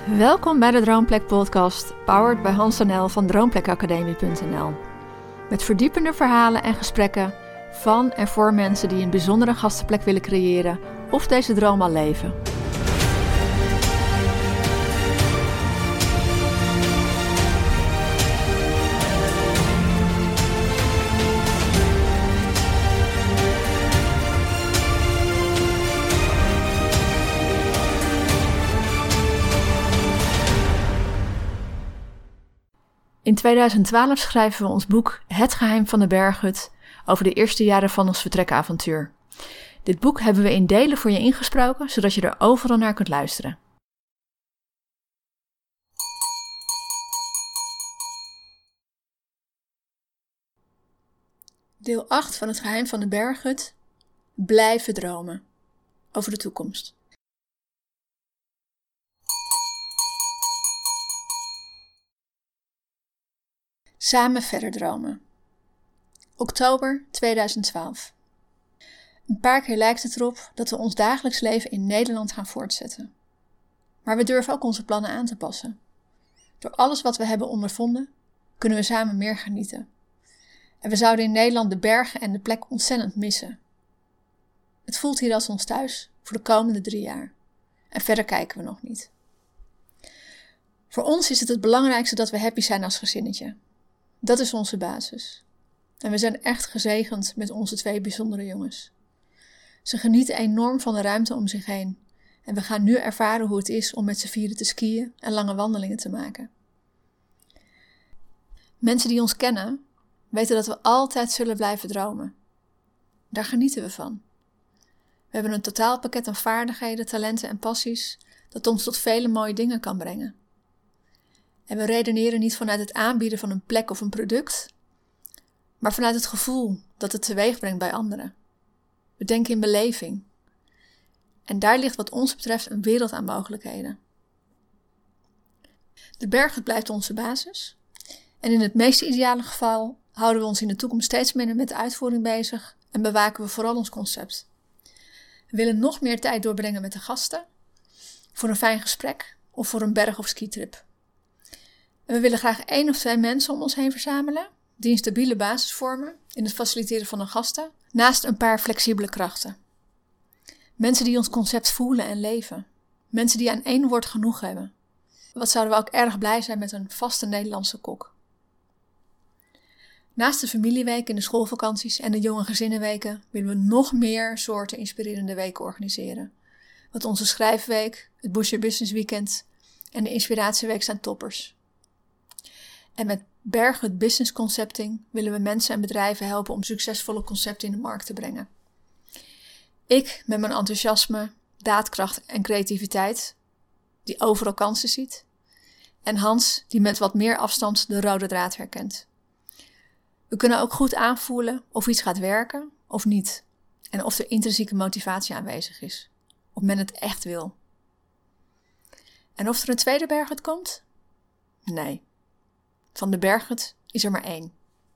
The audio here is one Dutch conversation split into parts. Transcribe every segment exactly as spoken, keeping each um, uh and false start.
Welkom bij de Droomplek podcast, powered by Hans en El van droomplekacademie punt n l. Met verdiepende verhalen en gesprekken van en voor mensen die een bijzondere gastenplek willen creëren of deze droom al leven. In tweeduizend twaalf schrijven we ons boek Het Geheim van de Berghut over de eerste jaren van ons vertrekavontuur. Dit boek hebben we in delen voor je ingesproken, zodat je er overal naar kunt luisteren. Deel acht van Het Geheim van de Berghut. Blijven dromen. Over de toekomst. Samen verder dromen. Oktober tweeduizend twaalf. Een paar keer lijkt het erop dat we ons dagelijks leven in Nederland gaan voortzetten. Maar we durven ook onze plannen aan te passen. Door alles wat we hebben ondervonden, kunnen we samen meer genieten. En we zouden in Nederland de bergen en de plek ontzettend missen. Het voelt hier als ons thuis voor de komende drie jaar. En verder kijken we nog niet. Voor ons is het het belangrijkste dat we happy zijn als gezinnetje. Dat is onze basis. En we zijn echt gezegend met onze twee bijzondere jongens. Ze genieten enorm van de ruimte om zich heen. En we gaan nu ervaren hoe het is om met z'n vieren te skiën en lange wandelingen te maken. Mensen die ons kennen, weten dat we altijd zullen blijven dromen. Daar genieten we van. We hebben een totaalpakket aan vaardigheden, talenten en passies dat ons tot vele mooie dingen kan brengen. En we redeneren niet vanuit het aanbieden van een plek of een product, maar vanuit het gevoel dat het teweeg brengt bij anderen. We denken in beleving. En daar ligt wat ons betreft een wereld aan mogelijkheden. De berghut blijft onze basis. En in het meest ideale geval houden we ons in de toekomst steeds minder met de uitvoering bezig en bewaken we vooral ons concept. We willen nog meer tijd doorbrengen met de gasten, voor een fijn gesprek of voor een berg- of skitrip. En we willen graag één of twee mensen om ons heen verzamelen, die een stabiele basis vormen in het faciliteren van een gasten, naast een paar flexibele krachten. Mensen die ons concept voelen en leven. Mensen die aan één woord genoeg hebben. Wat zouden we ook erg blij zijn met een vaste Nederlandse kok. Naast de familieweken in de schoolvakanties en de jonge gezinnenweken willen we nog meer soorten inspirerende weken organiseren. Want onze schrijfweek, het Bush Your Business Weekend en de inspiratieweek zijn toppers. En met Berghut Business Concepting willen we mensen en bedrijven helpen om succesvolle concepten in de markt te brengen. Ik met mijn enthousiasme, daadkracht en creativiteit, die overal kansen ziet. En Hans, die met wat meer afstand de rode draad herkent. We kunnen ook goed aanvoelen of iets gaat werken of niet. En of er intrinsieke motivatie aanwezig is. Of men het echt wil. En of er een tweede Berghut komt? Nee. Van de Berghut is er maar één.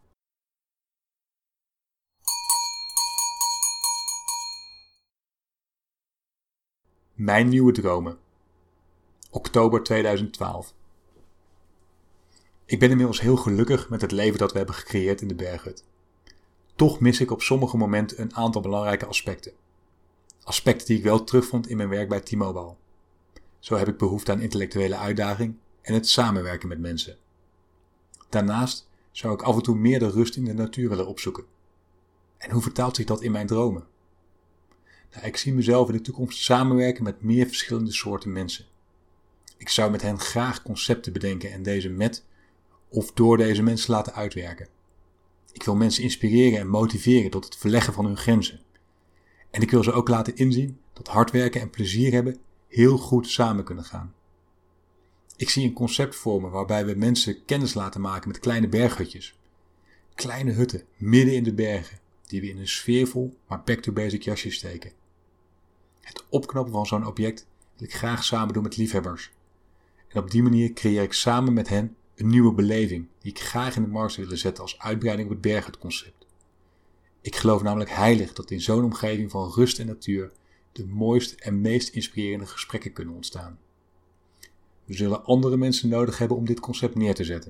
Mijn nieuwe dromen. Oktober tweeduizend twaalf. Ik ben inmiddels heel gelukkig met het leven dat we hebben gecreëerd in de Berghut. Toch mis ik op sommige momenten een aantal belangrijke aspecten. Aspecten die ik wel terugvond in mijn werk bij T-Mobile. Zo heb ik behoefte aan intellectuele uitdaging en het samenwerken met mensen. Daarnaast zou ik af en toe meer de rust in de natuur willen opzoeken. En hoe vertaalt zich dat in mijn dromen? Nou, ik zie mezelf in de toekomst samenwerken met meer verschillende soorten mensen. Ik zou met hen graag concepten bedenken en deze met of door deze mensen laten uitwerken. Ik wil mensen inspireren en motiveren tot het verleggen van hun grenzen. En ik wil ze ook laten inzien dat hard werken en plezier hebben heel goed samen kunnen gaan. Ik zie een concept vormen waarbij we mensen kennis laten maken met kleine berghutjes. Kleine hutten midden in de bergen die we in een sfeervol maar back-to-basic jasje steken. Het opknappen van zo'n object wil ik graag samen doen met liefhebbers. En op die manier creëer ik samen met hen een nieuwe beleving die ik graag in de markt zou willen zetten als uitbreiding op het berghutconcept. Ik geloof namelijk heilig dat in zo'n omgeving van rust en natuur de mooiste en meest inspirerende gesprekken kunnen ontstaan. We zullen andere mensen nodig hebben om dit concept neer te zetten.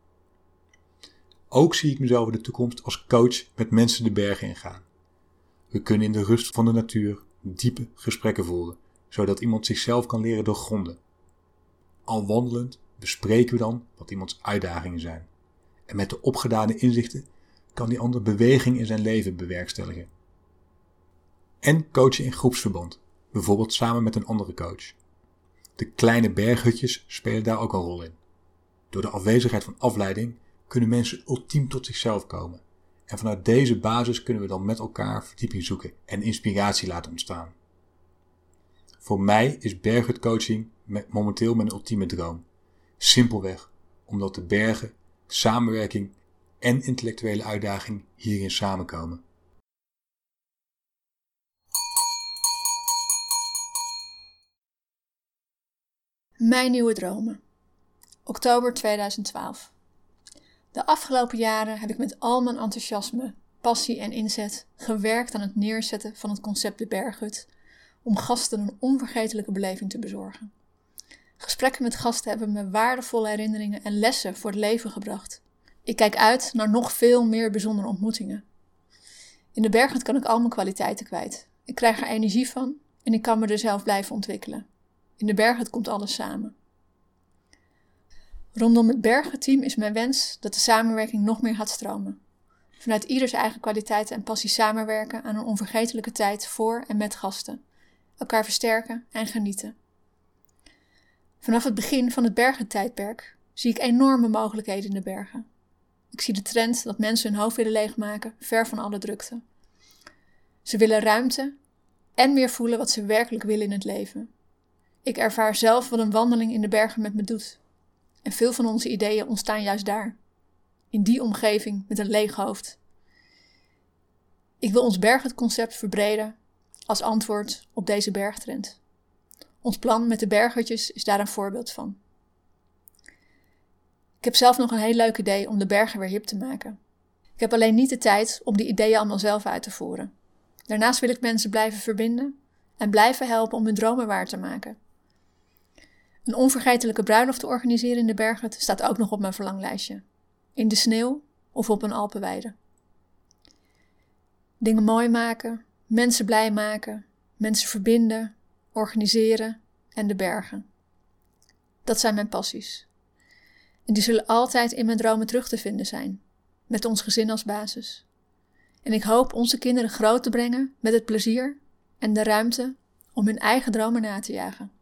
Ook zie ik mezelf in de toekomst als coach met mensen de bergen ingaan. We kunnen in de rust van de natuur diepe gesprekken voeren, zodat iemand zichzelf kan leren doorgronden. Al wandelend bespreken we dan wat iemands uitdagingen zijn. En met de opgedane inzichten kan die ander beweging in zijn leven bewerkstelligen. En coachen in groepsverband, bijvoorbeeld samen met een andere coach. De kleine berghutjes spelen daar ook een rol in. Door de afwezigheid van afleiding kunnen mensen ultiem tot zichzelf komen. En vanuit deze basis kunnen we dan met elkaar verdieping zoeken en inspiratie laten ontstaan. Voor mij is berghutcoaching momenteel mijn ultieme droom. Simpelweg omdat de bergen, samenwerking en intellectuele uitdaging hierin samenkomen. Mijn nieuwe dromen. oktober tweeduizend twaalf. De afgelopen jaren heb ik met al mijn enthousiasme, passie en inzet gewerkt aan het neerzetten van het concept de berghut, om gasten een onvergetelijke beleving te bezorgen. Gesprekken met gasten hebben me waardevolle herinneringen en lessen voor het leven gebracht. Ik kijk uit naar nog veel meer bijzondere ontmoetingen. In de berghut kan ik al mijn kwaliteiten kwijt. Ik krijg er energie van en ik kan me er zelf blijven ontwikkelen. In de berghut komt alles samen. Rondom het berghutteam is mijn wens dat de samenwerking nog meer gaat stromen. Vanuit ieders eigen kwaliteiten en passie samenwerken aan een onvergetelijke tijd voor en met gasten. Elkaar versterken en genieten. Vanaf het begin van het berghuttijdperk zie ik enorme mogelijkheden in de bergen. Ik zie de trend dat mensen hun hoofd willen leegmaken, ver van alle drukte. Ze willen ruimte en meer voelen wat ze werkelijk willen in het leven. Ik ervaar zelf wat een wandeling in de bergen met me doet. En veel van onze ideeën ontstaan juist daar. In die omgeving met een leeg hoofd. Ik wil ons berghutconcept verbreden als antwoord op deze bergtrend. Ons plan met de berghutjes is daar een voorbeeld van. Ik heb zelf nog een heel leuk idee om de bergen weer hip te maken. Ik heb alleen niet de tijd om die ideeën allemaal zelf uit te voeren. Daarnaast wil ik mensen blijven verbinden en blijven helpen om hun dromen waar te maken. Een onvergetelijke bruiloft te organiseren in de berghut staat ook nog op mijn verlanglijstje. In de sneeuw of op een alpenweide. Dingen mooi maken, mensen blij maken, mensen verbinden, organiseren en de bergen. Dat zijn mijn passies. En die zullen altijd in mijn dromen terug te vinden zijn, met ons gezin als basis. En ik hoop onze kinderen groot te brengen met het plezier en de ruimte om hun eigen dromen na te jagen.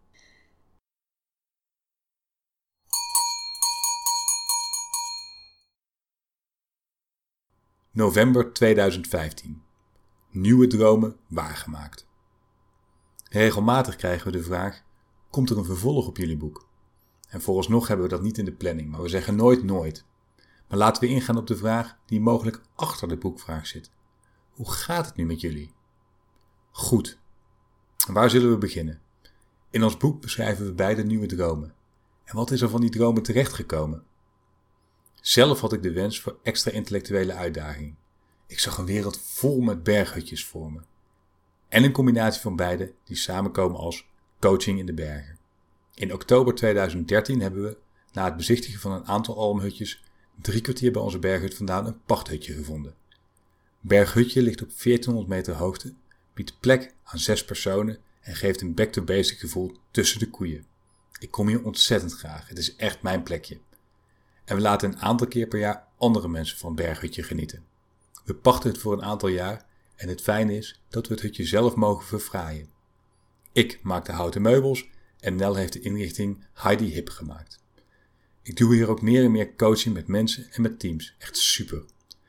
november tweeduizend vijftien. Nieuwe dromen waargemaakt. Regelmatig krijgen we de vraag, komt er een vervolg op jullie boek? En vooralsnog hebben we dat niet in de planning, maar we zeggen nooit nooit. Maar laten we ingaan op de vraag die mogelijk achter de boekvraag zit. Hoe gaat het nu met jullie? Goed. Waar zullen we beginnen? In ons boek beschrijven we beide nieuwe dromen. En wat is er van die dromen terechtgekomen? Zelf had ik de wens voor extra intellectuele uitdaging. Ik zag een wereld vol met berghutjes voor me. En een combinatie van beide die samenkomen als coaching in de bergen. In oktober tweeduizend dertien hebben we, na het bezichtigen van een aantal almhutjes, drie kwartier bij onze berghut vandaan een pachthutje gevonden. Berghutje ligt op veertienhonderd meter hoogte, biedt plek aan zes personen en geeft een back-to-basic gevoel tussen de koeien. Ik kom hier ontzettend graag, het is echt mijn plekje. En we laten een aantal keer per jaar andere mensen van berghutje genieten. We pachten het voor een aantal jaar en het fijne is dat we het hutje zelf mogen verfraaien. Ik maak de houten meubels en Nel heeft de inrichting Heidi hip gemaakt. Ik doe hier ook meer en meer coaching met mensen en met teams. Echt super.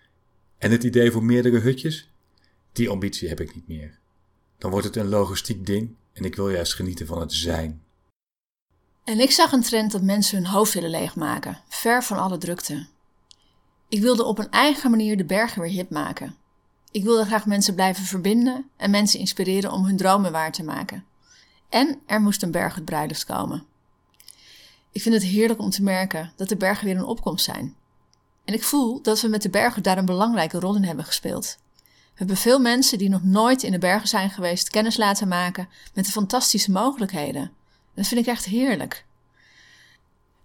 En het idee voor meerdere hutjes? Die ambitie heb ik niet meer. Dan wordt het een logistiek ding en ik wil juist genieten van het zijn. En ik zag een trend dat mensen hun hoofd willen leegmaken, ver van alle drukte. Ik wilde op een eigen manier de bergen weer hip maken. Ik wilde graag mensen blijven verbinden en mensen inspireren om hun dromen waar te maken. En er moest een berghutbruiloft komen. Ik vind het heerlijk om te merken dat de bergen weer een opkomst zijn. En ik voel dat we met de bergen daar een belangrijke rol in hebben gespeeld. We hebben veel mensen die nog nooit in de bergen zijn geweest kennis laten maken met de fantastische mogelijkheden. En dat vind ik echt heerlijk.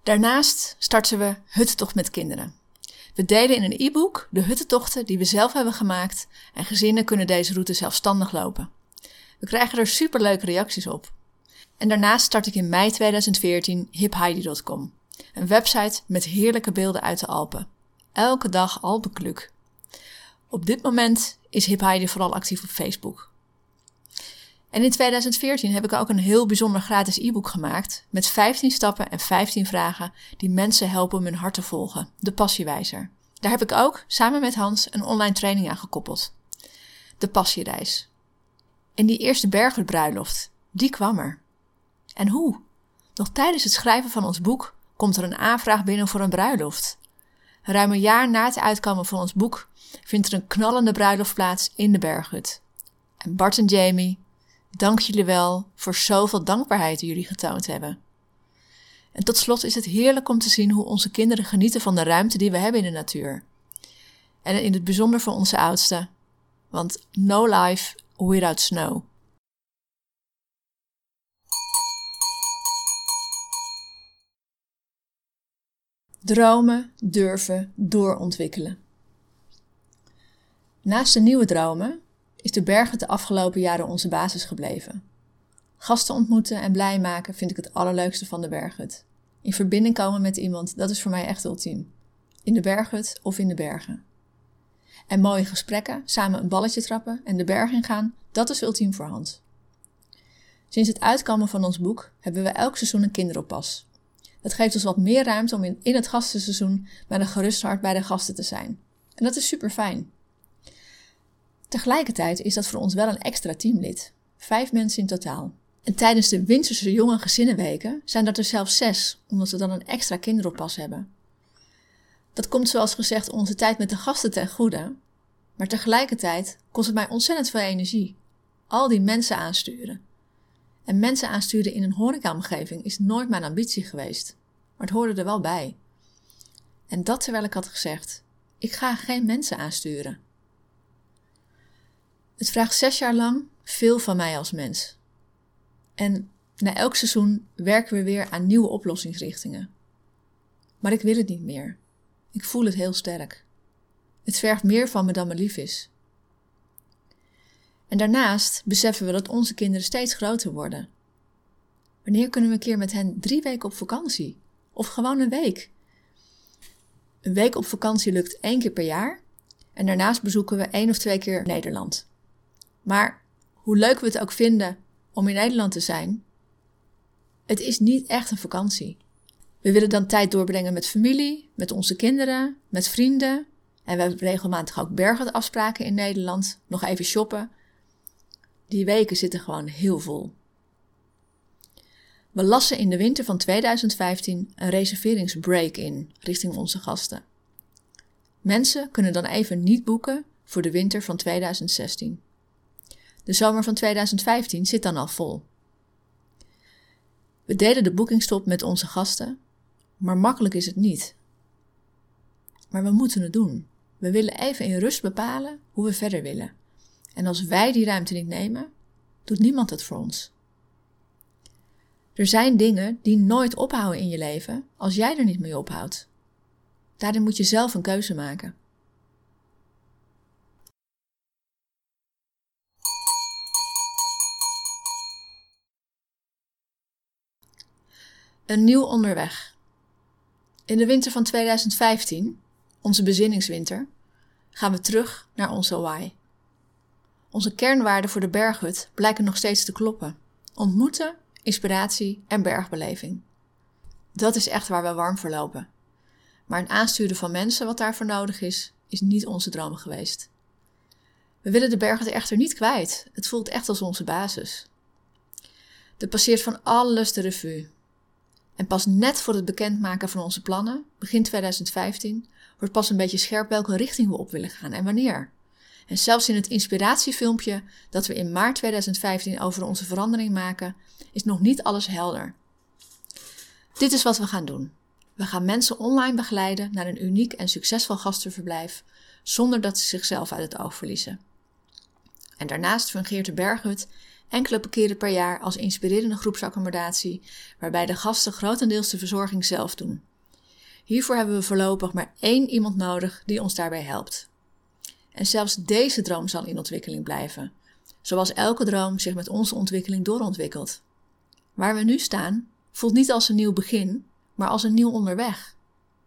Daarnaast starten we Huttentocht met kinderen. We delen in een e-book de huttentochten die we zelf hebben gemaakt en gezinnen kunnen deze route zelfstandig lopen. We krijgen er superleuke reacties op. En daarnaast start ik in mei tweeduizend veertien hipheidi punt com, een website met heerlijke beelden uit de Alpen. Elke dag Alpenkluk. Op dit moment is hipheidi vooral actief op Facebook. En in tweeduizend veertien heb ik ook een heel bijzonder gratis e-book gemaakt met vijftien stappen en vijftien vragen die mensen helpen om hun hart te volgen, de Passiewijzer. Daar heb ik ook, samen met Hans, een online training aan gekoppeld. De Passiereis. En die eerste berghutbruiloft, die kwam er. En hoe? Nog tijdens het schrijven van ons boek komt er een aanvraag binnen voor een bruiloft. Ruim een jaar na het uitkomen van ons boek vindt er een knallende bruiloft plaats in de berghut. En Bart en Jamie, dank jullie wel voor zoveel dankbaarheid die jullie getoond hebben. En tot slot is het heerlijk om te zien hoe onze kinderen genieten van de ruimte die we hebben in de natuur. En in het bijzonder voor onze oudste, want no life without snow. Dromen, durven, doorontwikkelen. Naast de nieuwe dromen is de berghut de afgelopen jaren onze basis gebleven. Gasten ontmoeten en blij maken vind ik het allerleukste van de berghut. In verbinding komen met iemand, dat is voor mij echt ultiem. In de berghut of in de bergen. En mooie gesprekken, samen een balletje trappen en de berg ingaan, dat is ultiem voor Hans. Sinds het uitkomen van ons boek hebben we elk seizoen een kinderoppas. Dat geeft ons wat meer ruimte om in, in het gastenseizoen met een gerust hart bij de gasten te zijn. En dat is super fijn. Tegelijkertijd is dat voor ons wel een extra teamlid. Vijf mensen in totaal. En tijdens de winterse jonge gezinnenweken zijn dat er zelfs zes, omdat we dan een extra kinderoppas hebben. Dat komt zoals gezegd onze tijd met de gasten ten goede, maar tegelijkertijd kost het mij ontzettend veel energie. Al die mensen aansturen. En mensen aansturen in een horecaomgeving is nooit mijn ambitie geweest, maar het hoorde er wel bij. En dat terwijl ik had gezegd, ik ga geen mensen aansturen. Het vraagt zes jaar lang veel van mij als mens. En na elk seizoen werken we weer aan nieuwe oplossingsrichtingen. Maar ik wil het niet meer. Ik voel het heel sterk. Het vergt meer van me dan me lief is. En daarnaast beseffen we dat onze kinderen steeds groter worden. Wanneer kunnen we een keer met hen drie weken op vakantie? Of gewoon een week? Een week op vakantie lukt één keer per jaar. En daarnaast bezoeken we één of twee keer Nederland. Maar hoe leuk we het ook vinden om in Nederland te zijn, het is niet echt een vakantie. We willen dan tijd doorbrengen met familie, met onze kinderen, met vrienden. En we hebben regelmatig ook bergafspraken in Nederland. Nog even shoppen. Die weken zitten gewoon heel vol. We lassen in de winter van tweeduizend vijftien een reserveringsbreak in richting onze gasten. Mensen kunnen dan even niet boeken voor de winter van tweeduizend zestien. De zomer van tweeduizend vijftien zit dan al vol. We delen de boekingstop met onze gasten, maar makkelijk is het niet. Maar we moeten het doen. We willen even in rust bepalen hoe we verder willen. En als wij die ruimte niet nemen, doet niemand het voor ons. Er zijn dingen die nooit ophouden in je leven als jij er niet mee ophoudt. Daarin moet je zelf een keuze maken. Een nieuw onderweg. In de winter van tweeduizend vijftien, onze bezinningswinter, gaan we terug naar onze why. Onze kernwaarden voor de berghut blijken nog steeds te kloppen. Ontmoeten, inspiratie en bergbeleving. Dat is echt waar we warm voor lopen. Maar een aansturen van mensen wat daarvoor nodig is, is niet onze droom geweest. We willen de berghut echter niet kwijt. Het voelt echt als onze basis. Er passeert van alles de revue. En pas net voor het bekendmaken van onze plannen, begin tweeduizend vijftien, wordt pas een beetje scherp welke richting we op willen gaan en wanneer. En zelfs in het inspiratiefilmpje dat we in maart tweeduizend vijftien over onze verandering maken, is nog niet alles helder. Dit is wat we gaan doen. We gaan mensen online begeleiden naar een uniek en succesvol gastenverblijf, zonder dat ze zichzelf uit het oog verliezen. En daarnaast fungeert de berghut enkele keren per jaar als inspirerende groepsaccommodatie, waarbij de gasten grotendeels de verzorging zelf doen. Hiervoor hebben we voorlopig maar één iemand nodig die ons daarbij helpt. En zelfs deze droom zal in ontwikkeling blijven, zoals elke droom zich met onze ontwikkeling doorontwikkelt. Waar we nu staan, voelt niet als een nieuw begin, maar als een nieuw onderweg.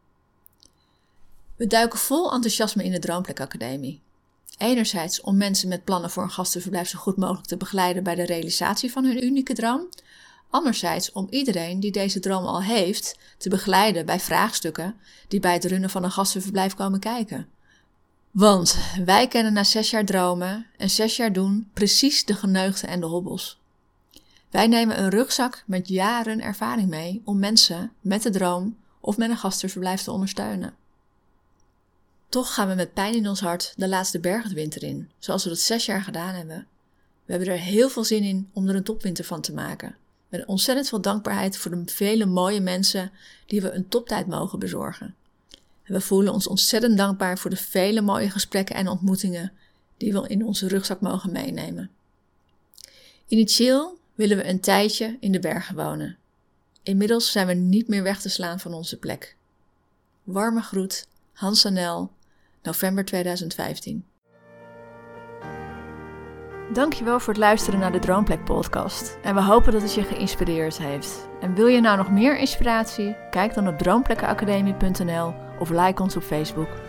We duiken vol enthousiasme in de Droomplek Academie. Enerzijds om mensen met plannen voor een gastenverblijf zo goed mogelijk te begeleiden bij de realisatie van hun unieke droom. Anderzijds om iedereen die deze droom al heeft te begeleiden bij vraagstukken die bij het runnen van een gastenverblijf komen kijken. Want wij kennen na zes jaar dromen en zes jaar doen precies de geneugten en de hobbels. Wij nemen een rugzak met jaren ervaring mee om mensen met de droom of met een gastenverblijf te ondersteunen. Toch gaan we met pijn in ons hart de laatste bergwinter in, zoals we dat zes jaar gedaan hebben. We hebben er heel veel zin in om er een topwinter van te maken. Met ontzettend veel dankbaarheid voor de vele mooie mensen die we een toptijd mogen bezorgen. En we voelen ons ontzettend dankbaar voor de vele mooie gesprekken en ontmoetingen die we in onze rugzak mogen meenemen. Initieel willen we een tijdje in de bergen wonen. Inmiddels zijn we niet meer weg te slaan van onze plek. Warme groet, Hans en Nel, november tweeduizend vijftien. Dankjewel voor het luisteren naar de Droomplek podcast. En we hopen dat het je geïnspireerd heeft. En wil je nou nog meer inspiratie? Kijk dan op droomplekkenacademie punt n l of like ons op Facebook.